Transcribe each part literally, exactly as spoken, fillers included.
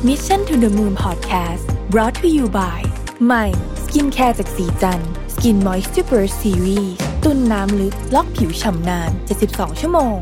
Mission to the Moon Podcast brought to you by ใหม่สกินแคร์จากสีจันทร์ Skin Moisture Burst Series ตุ้นน้ำลึกล็อกผิวฉ่ำนานเจ็ดสิบสองชั่วโมง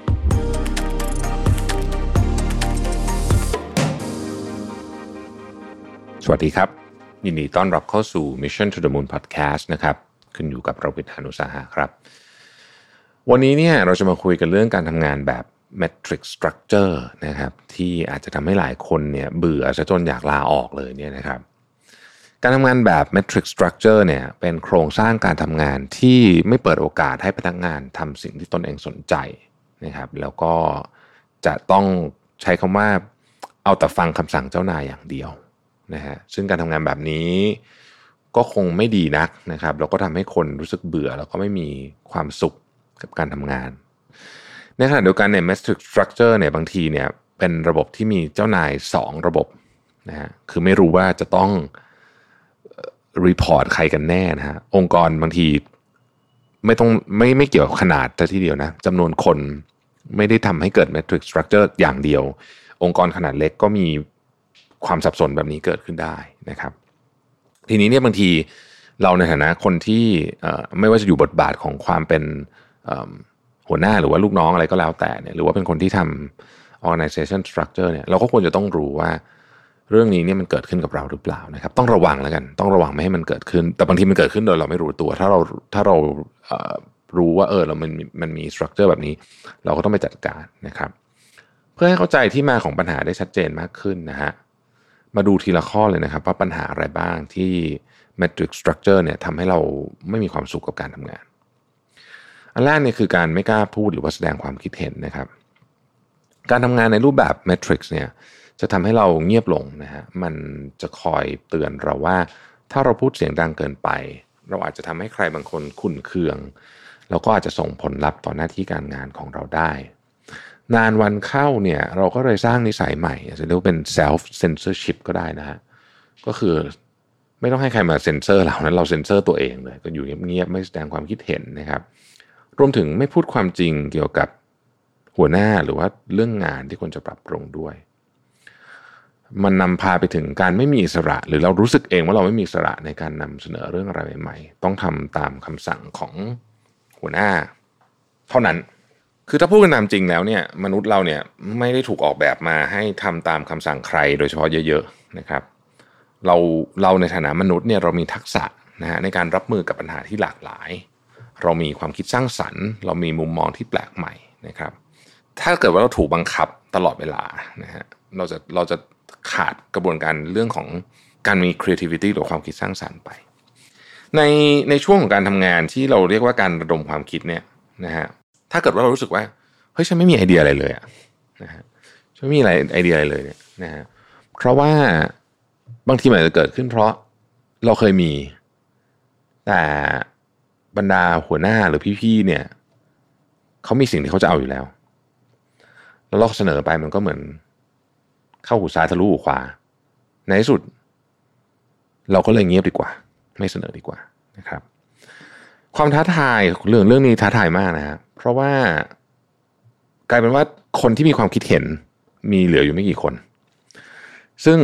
สวัสดีครับยินดีต้อนรับเข้าสู่ Mission to the Moon Podcast นะครับขึ้นอยู่กับเราวิทยานุสาหะครับวันนี้เนี่ยเราจะมาคุยกันเรื่องการทำงานแบบ Matrix Structure นะครับที่อาจจะทำให้หลายคนเนี่ยเบื่อซะจนอยากลาออกเลยเนี่ยนะครับการทำงานแบบ Matrix Structure เนี่ยเป็นโครงสร้างการทำงานที่ไม่เปิดโอกาสให้พนักงานทำสิ่งที่ตนเองสนใจนะครับแล้วก็จะต้องใช้คำว่าเอาแต่ฟังคำสั่งเจ้านายอย่างเดียวนะฮะซึ่งการทำงานแบบนี้ก็คงไม่ดีนักนะครับแล้วก็ทำให้คนรู้สึกเบื่อแล้วก็ไม่มีความสุขกับการทำงานในขณะเดียวกันเนี่ย Matrix Structure เนี่ยบางทีเนี่ยเป็นระบบที่มีเจ้านายสองระบบนะฮะคือไม่รู้ว่าจะต้องรีพอร์ตใครกันแน่นะฮะองค์กรบางทีไม่ต้องไม่ไม่เกี่ยวกับขนาดแต่ทีเดียวนะจำนวนคนไม่ได้ทำให้เกิด Matrix Structure อย่างเดียวองค์กรขนาดเล็กก็มีความสับสนแบบนี้เกิดขึ้นได้นะครับทีนี้เนี่ยบางทีเราในฐานะคนที่ไม่ว่าจะอยู่บทบาทของความเป็นหัวหน้าหรือว่าลูกน้องอะไรก็แล้วแต่เนี่ยหรือว่าเป็นคนที่ทำ organization structure เนี่ยเราก็ควรจะต้องรู้ว่าเรื่องนี้เนี่ยมันเกิดขึ้นกับเราหรือเปล่านะครับต้องระวังแล้วกันต้องระวังไม่ให้มันเกิดขึ้นแต่บางทีมันเกิดขึ้นโดยเราไม่รู้ตัวถ้าเราถ้าเรารู้ว่าเออเรามันมันมี structure แบบนี้เราก็ต้องไปจัดการนะครับเพื่อให้เข้าใจที่มาของปัญหาได้ชัดเจนมากขึ้นนะฮะมาดูทีละข้อเลยนะครับว่าปัญหาอะไรบ้างที่ Matrix Structure เนี่ยทำให้เราไม่มีความสุขกับการทำงานอันแรกเนี่ยคือการไม่กล้าพูดหรือว่าแสดงความคิดเห็นนะครับการทำงานในรูปแบบ Matrix เนี่ยจะทำให้เราเงียบลงนะฮะมันจะคอยเตือนเราว่าถ้าเราพูดเสียงดังเกินไปเราอาจจะทำให้ใครบางคนขุ่นเคืองแล้วก็อาจจะส่งผลลัพธ์ต่อหน้าที่การงานของเราได้นานวันเข้าเนี่ยเราก็เลยสร้างนิสัยใหม่จะเรียกว่าเป็น self censorship ก็ได้นะฮะก็คือไม่ต้องให้ใครมาเซ็นเซอร์เรานะเราเซ็นเซอร์ตัวเองเลยก็อยู่เงียบๆไม่แสดงความคิดเห็นนะครับรวมถึงไม่พูดความจริงเกี่ยวกับหัวหน้าหรือว่าเรื่องงานที่ควรจะปรับปรุงด้วยมันนำพาไปถึงการไม่มีอิสระหรือเรารู้สึกเองว่าเราไม่มีอิสระในการนำเสนอเรื่องอะไรใหม่ๆต้องทำตามคำสั่งของหัวหน้าเท่านั้นคือถ้าพูดกันตามจริงแล้วเนี่ยมนุษย์เราเนี่ยไม่ได้ถูกออกแบบมาให้ทำตามคำสั่งใครโดยเฉพาะเยอะๆนะครับเราเราในฐานะมนุษย์เนี่ยเรามีทักษะนะฮะในการรับมือกับปัญหาที่หลากหลายเรามีความคิดสร้างสรรค์เรามีมุมมองที่แปลกใหม่นะครับถ้าเกิดว่าเราถูกบังคับตลอดเวลานะฮะเราจะเราจะขาดกระบวนการเรื่องของการมี creativity หรือความคิดสร้างสรรค์ไปในในช่วงของการทำงานที่เราเรียกว่าการระดมความคิดเนี่ยนะฮะถ้าเกิดว่าเรารู้สึกว่าเฮ้ยฉันไม่มีไอเดียอะไรเลยอะนะฮะฉันไม่มีอะไรไอเดียอะไรเลยเนี่ยนะฮะเพราะว่าบางทีมันอาจจะเกิดขึ้นเพราะเราเคยมีแต่บรรดาหัวหน้าหรือพี่ๆเนี่ยเขามีสิ่งที่เขาจะเอาอยู่แล้วแล้วเราเสนอไปมันก็เหมือนเข้าหูซ้ายทะลุหูขวาในที่สุดเราก็เลยเงียบดีกว่าไม่เสนอดีกว่านะครับความท้าทายเรื่องเรื่องนี้ท้าทายมากนะครับเพราะว่ากลายเป็นว่าคนที่มีความคิดเห็นมีเหลืออยู่ไม่กี่คนซึ่ง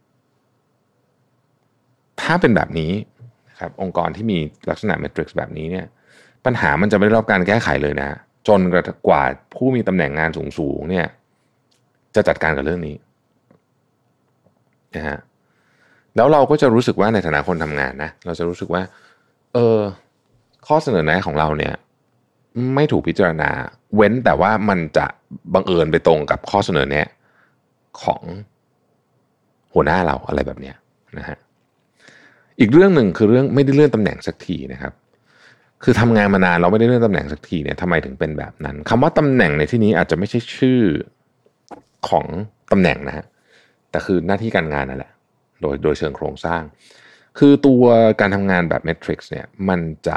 ถ้าเป็นแบบนี้นะครับองค์กรที่มีลักษณะ Matrix แบบนี้เนี่ยปัญหามันจะไม่ได้รับการแก้ไขเลยนะจนกว่าผู้มีตำแหน่งงานสูงๆเนี่ยจะจัดการกับเรื่องนี้นะฮะแล้วเราก็จะรู้สึกว่าในฐานะคนทำงานนะเราจะรู้สึกว่าเออข้อเสนอแนะของเราเนี่ยไม่ถูกพิจารณาเว้นแต่ว่ามันจะบังเอิญไปตรงกับข้อเสนอแนะของหัวหน้าเราอะไรแบบเนี้ยนะฮะอีกเรื่องหนึ่งคือเรื่องไม่ได้เลื่อนตำแหน่งสักทีนะครับคือทำงานมานานเราไม่ได้เลื่อนตำแหน่งสักทีเนี่ยทำไมถึงเป็นแบบนั้นคำว่าตำแหน่งในที่นี้อาจจะไม่ใช่ชื่อของตำแหน่งนะฮะแต่คือหน้าที่การงานนั่นแหละโดยโดยเชิงโครงสร้างคือตัวการทำงานแบบ Matrix เนี่ยมันจะ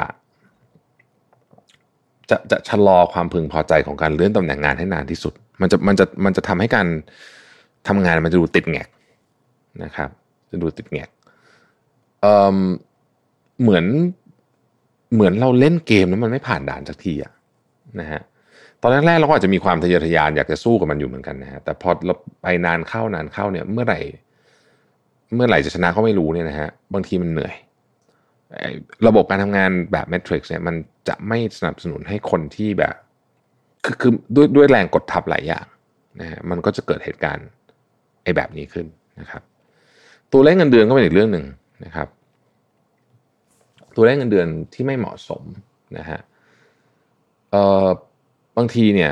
จะจะชะลอความพึงพอใจของการเลื่อนตำแหน่งงานให้นานที่สุดมันจะมันจะมันจะทำให้การทำงานมันจะดูติดแงกนะครับจะดูติดแงกเอ่อเหมือนเหมือนเราเล่นเกมแล้วมันไม่ผ่านด่านสักทีอะนะฮะตอนแรกๆเราก็อาจจะมีความทะเยอทะยานอยากจะสู้กับมันอยู่เหมือนกันนะฮะแต่พอเราไปนานเข้านานเข้าเนี่ยเมื่อไหร่เมื่อไหร่จะชนะก็ไม่รู้เนี่ยนะฮะบางทีมันเหนื่อยระบบการทำงานแบบแมทริกซ์เนี่ยมันจะไม่สนับสนุนให้คนที่แบบคือคือด้วยด้วยแรงกดทับหลายอย่างนะฮะมันก็จะเกิดเหตุการณ์ไอ้แบบนี้ขึ้นนะครับตัวเลขเงินเดือนก็เป็นอีกเรื่องหนึ่งนะครับตัวเลขเงินเดือนที่ไม่เหมาะสมนะฮะเอ่อบางทีเนี่ย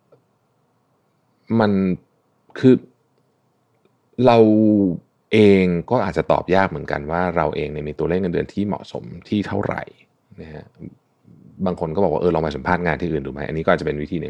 มันคือเราเองก็อาจจะตอบยากเหมือนกันว่าเราเองเนี่ยมีตัวเลขเงินเดือนที่เหมาะสมที่เท่าไหร่นะฮะบางคนก็บอกว่าเออลองมาสัมภาษณ์งานที่อื่นดูไหมอันนี้ก็อาจจะเป็นวิธีหนึ่ง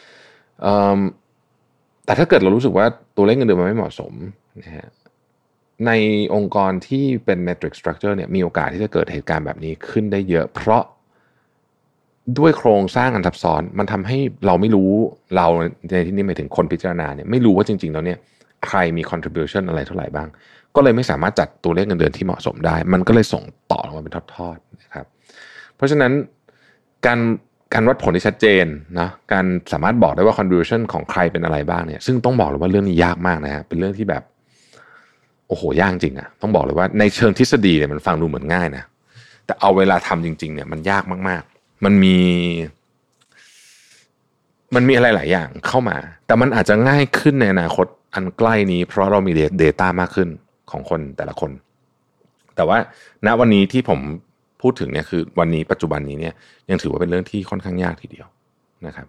แต่ถ้าเกิดเรารู้สึกว่าตัวเลขเงินเดือนมันไม่เหมาะสมนะฮะในองค์กรที่เป็น metric structure เนี่ยมีโอกาสที่จะเกิดเหตุการณ์แบบนี้ขึ้นได้เยอะเพราะด้วยโครงสร้างอันซับซ้อนมันทำให้เราไม่รู้เราในที่นี้หมายถึงคนพิจารณาเนี่ยไม่รู้ว่าจริงๆแล้วเนี่ยใครมี contribution อะไรเท่าไหร่บ้างก็เลยไม่สามารถจัดตัวเลขเงินเดือนที่เหมาะสมได้มันก็เลยส่งต่อลงมาเป็นทอดๆนะครับเพราะฉะนั้นการการวัดผลที่ชัดเจนนะการสามารถบอกได้ว่า contribution ของใครเป็นอะไรบ้างเนี่ยซึ่งต้องบอกเลยว่าเรื่องนี้ยากมากนะฮะเป็นเรื่องที่แบบโอ้โหยากจริงอะต้องบอกเลยว่าในเชิงทฤษฎีเนี่ยมันฟังดูเหมือนง่ายนะแต่เอาเวลาทำจริงๆเนี่ยมันยากมากๆมันมีมันมีอะไรหลายอย่างเข้ามาแต่มันอาจจะง่ายขึ้นในอนาคตอันใกล้นี้เพราะเรามี data มากขึ้นของคนแต่ละคนแต่ว่าณวันนี้ที่ผมพูดถึงเนี่ยคือวันนี้ปัจจุบันนี้เนี่ยยังถือว่าเป็นเรื่องที่ค่อนข้างยากทีเดียวนะครับ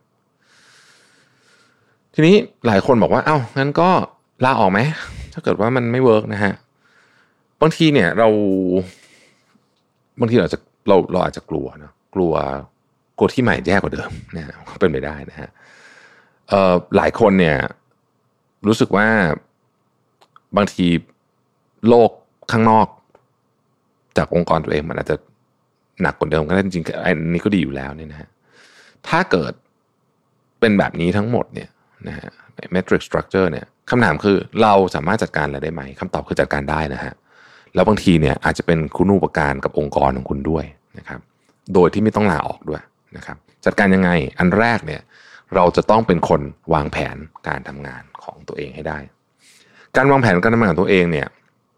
ทีนี้หลายคนบอกว่าเอ้างั้นก็ลาออกไหมถ้าเกิดว่ามันไม่เวิร์กนะฮะบางทีเนี่ยเราบางทีเราจะเราเราอาจจะกลัวนะกลัวกลัวที่ใหม่แย่กว่าเดิมนะฮะก็เป็นไปได้นะฮะเอ่อหลายคนเนี่ยรู้สึกว่าบางทีโลกข้างนอกจากองค์กรตัวเองมันอาจจะหนักกว่าเดิมก็ได้จริงๆอันนี้ก็ดีอยู่แล้วเนี่ยนะฮะถ้าเกิดเป็นแบบนี้ทั้งหมดเนี่ยนะฮะ metric structure เนี่ยคำถามคือเราสามารถจัดการอะไรได้ไหมคำตอบคือจัดการได้นะฮะแล้วบางทีเนี่ยอาจจะเป็นคุณูปการกับองค์กรของคุณด้วยนะครับโดยที่ไม่ต้องลาออกด้วยนะครับจัดการยังไงอันแรกเนี่ยเราจะต้องเป็นคนวางแผนการทำงานของตัวเองให้ได้การวางแผนการทำงานของตัวเองเนี่ย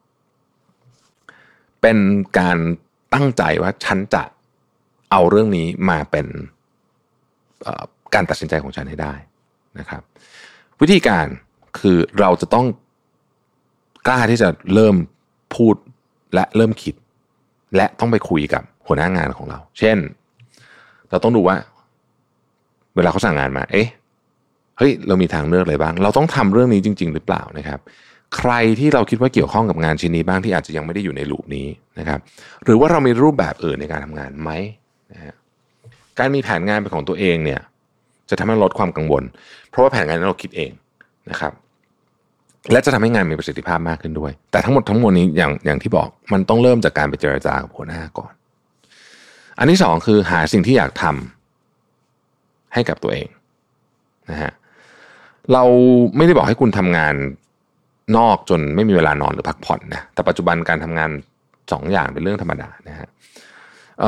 เป็นการตั้งใจว่าฉันจะเอาเรื่องนี้มาเป็นการตัดสินใจของฉันให้ได้นะครับวิธีการคือเราจะต้องกล้าที่จะเริ่มพูดและเริ่มคิดและต้องไปคุยกับหัวหน้างานของเราเช่นเราต้องดูว่าเวลาเขาสั่งงานมาเอ๊ะเฮ้ยเรามีทางเลือกอะไรบ้างเราต้องทำเรื่องนี้จริงๆหรือเปล่านะครับใครที่เราคิดว่าเกี่ยวข้องกับงานชิ้นนี้บ้างที่อาจจะยังไม่ได้อยู่ในลูปนี้นะครับหรือว่าเรามีรูปแบบอื่นในการทำงานไหมนะฮะการมีแผนงานเป็นของตัวเองเนี่ยจะทำให้ลดความกังวลเพราะว่าแผนงานนั้นเราคิดเองนะครับและจะทำให้งานมีประสิทธิภาพมากขึ้นด้วยแต่ทั้งหมดทั้งมวลนี้อย่างอย่างที่บอกมันต้องเริ่มจากการไปเจรจากับหัวหน้าก่อนอันที่สองคือหาสิ่งที่อยากทำให้กับตัวเองนะฮะเราไม่ได้บอกให้คุณทำงานนอกจนไม่มีเวลานอนหรือพักผ่อนนะแต่ปัจจุบันการทำงานสองอย่างเป็นเรื่องธรรมดานะฮะ เ,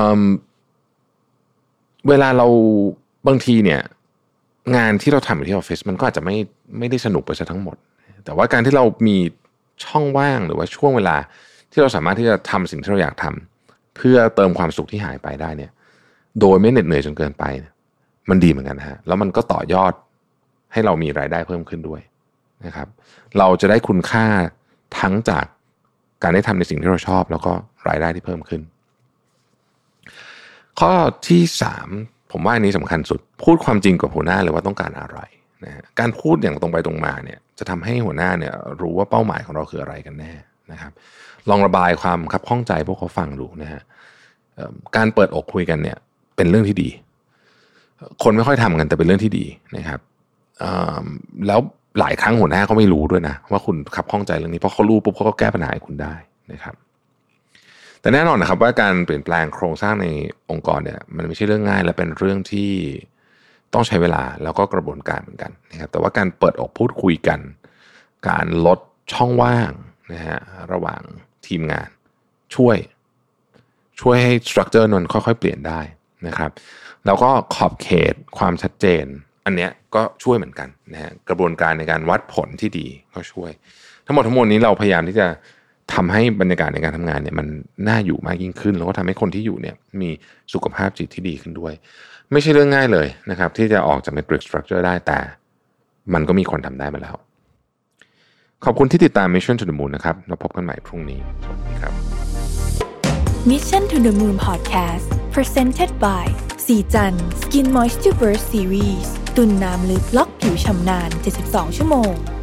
เวลาเราบางทีเนี่ยงานที่เราทำอยู่ที่ออฟฟิศมันก็อาจจะไม่ไม่ได้สนุกไปซะทั้งหมดแต่ว่าการที่เรามีช่องว่างหรือว่าช่วงเวลาที่เราสามารถที่จะทำสิ่งที่เราอยากทำเพื่อเติมความสุขที่หายไปได้เนี่ยโดยไม่เหน็ดเหนื่อยจนเกินไปมันดีเหมือนกันนะฮะแล้วมันก็ต่อยอดให้เรามีรายได้เพิ่มขึ้นด้วยนะครับเราจะได้คุณค่าทั้งจากการได้ทำในสิ่งที่เราชอบแล้วก็รายได้ที่เพิ่มขึ้นข้อที่สามผมว่าอันนี้สำคัญสุดพูดความจริงกับหัวหน้าเลยว่าต้องการอะไรนะฮะการพูดอย่างตรงไปตรงมาเนี่ยจะทำให้หัวหน้าเนี่ยรู้ว่าเป้าหมายของเราคืออะไรกันแน่นะครับลองระบายความคับข้องใจพวกเขาฟังดูนะฮะการเปิดอกคุยกันเนี่ยเป็นเรื่องที่ดีคนไม่ค่อยทำกันแต่เป็นเรื่องที่ดีนะครับแล้วหลายครั้งหัวหน้าเขาไม่รู้ด้วยนะว่าคุณคับข้องใจเรื่องนี้เพราะเขารู้ปุ๊บเขาก็แก้ปัญหาให้คุณได้นะครับแต่แน่นอนนะครับว่าการเปลี่ยนแปลงโครงสร้างในองค์กรเนี่ยมันไม่ใช่เรื่องง่ายและเป็นเรื่องที่ต้องใช้เวลาแล้วก็กระบวนการเหมือนกันนะครับแต่ว่าการเปิดอกพูดคุยกันการลดช่องว่างนะฮะระหว่างทีมงานช่วยช่วยให้สตรัคเจอร์นั้นค่อยๆเปลี่ยนได้นะครับแล้วก็ขอบเขตความชัดเจนอัอันเนี้ยก็ช่วยเหมือนกันนะฮะกระบวนการในการวัดผลที่ดีก็ช่วยทั้งหมดทั้งมวลนี้เราพยายามที่จะทำให้บรรยากาศในการทำงานเนี่ยมันน่าอยู่มากยิ่งขึ้นแล้วก็ทำให้คนที่อยู่เนี่ยมีสุขภาพจิตที่ดีขึ้นด้วยไม่ใช่เรื่องง่ายเลยนะครับที่จะออกจาก Matrix Structure ได้แต่มันก็มีคนทำได้มาแล้วขอบคุณที่ติดตาม Mission to the Moon นะครับแล้วพบกันใหม่พรุ่งนี้สวัสดีครับ Mission to the Moon Podcast Presented by สีจัน Skin Moisture Burst Series ตุ่นน้ำลึกล็อกผิวชำนานเจ็ดสิบสองชั่วโมง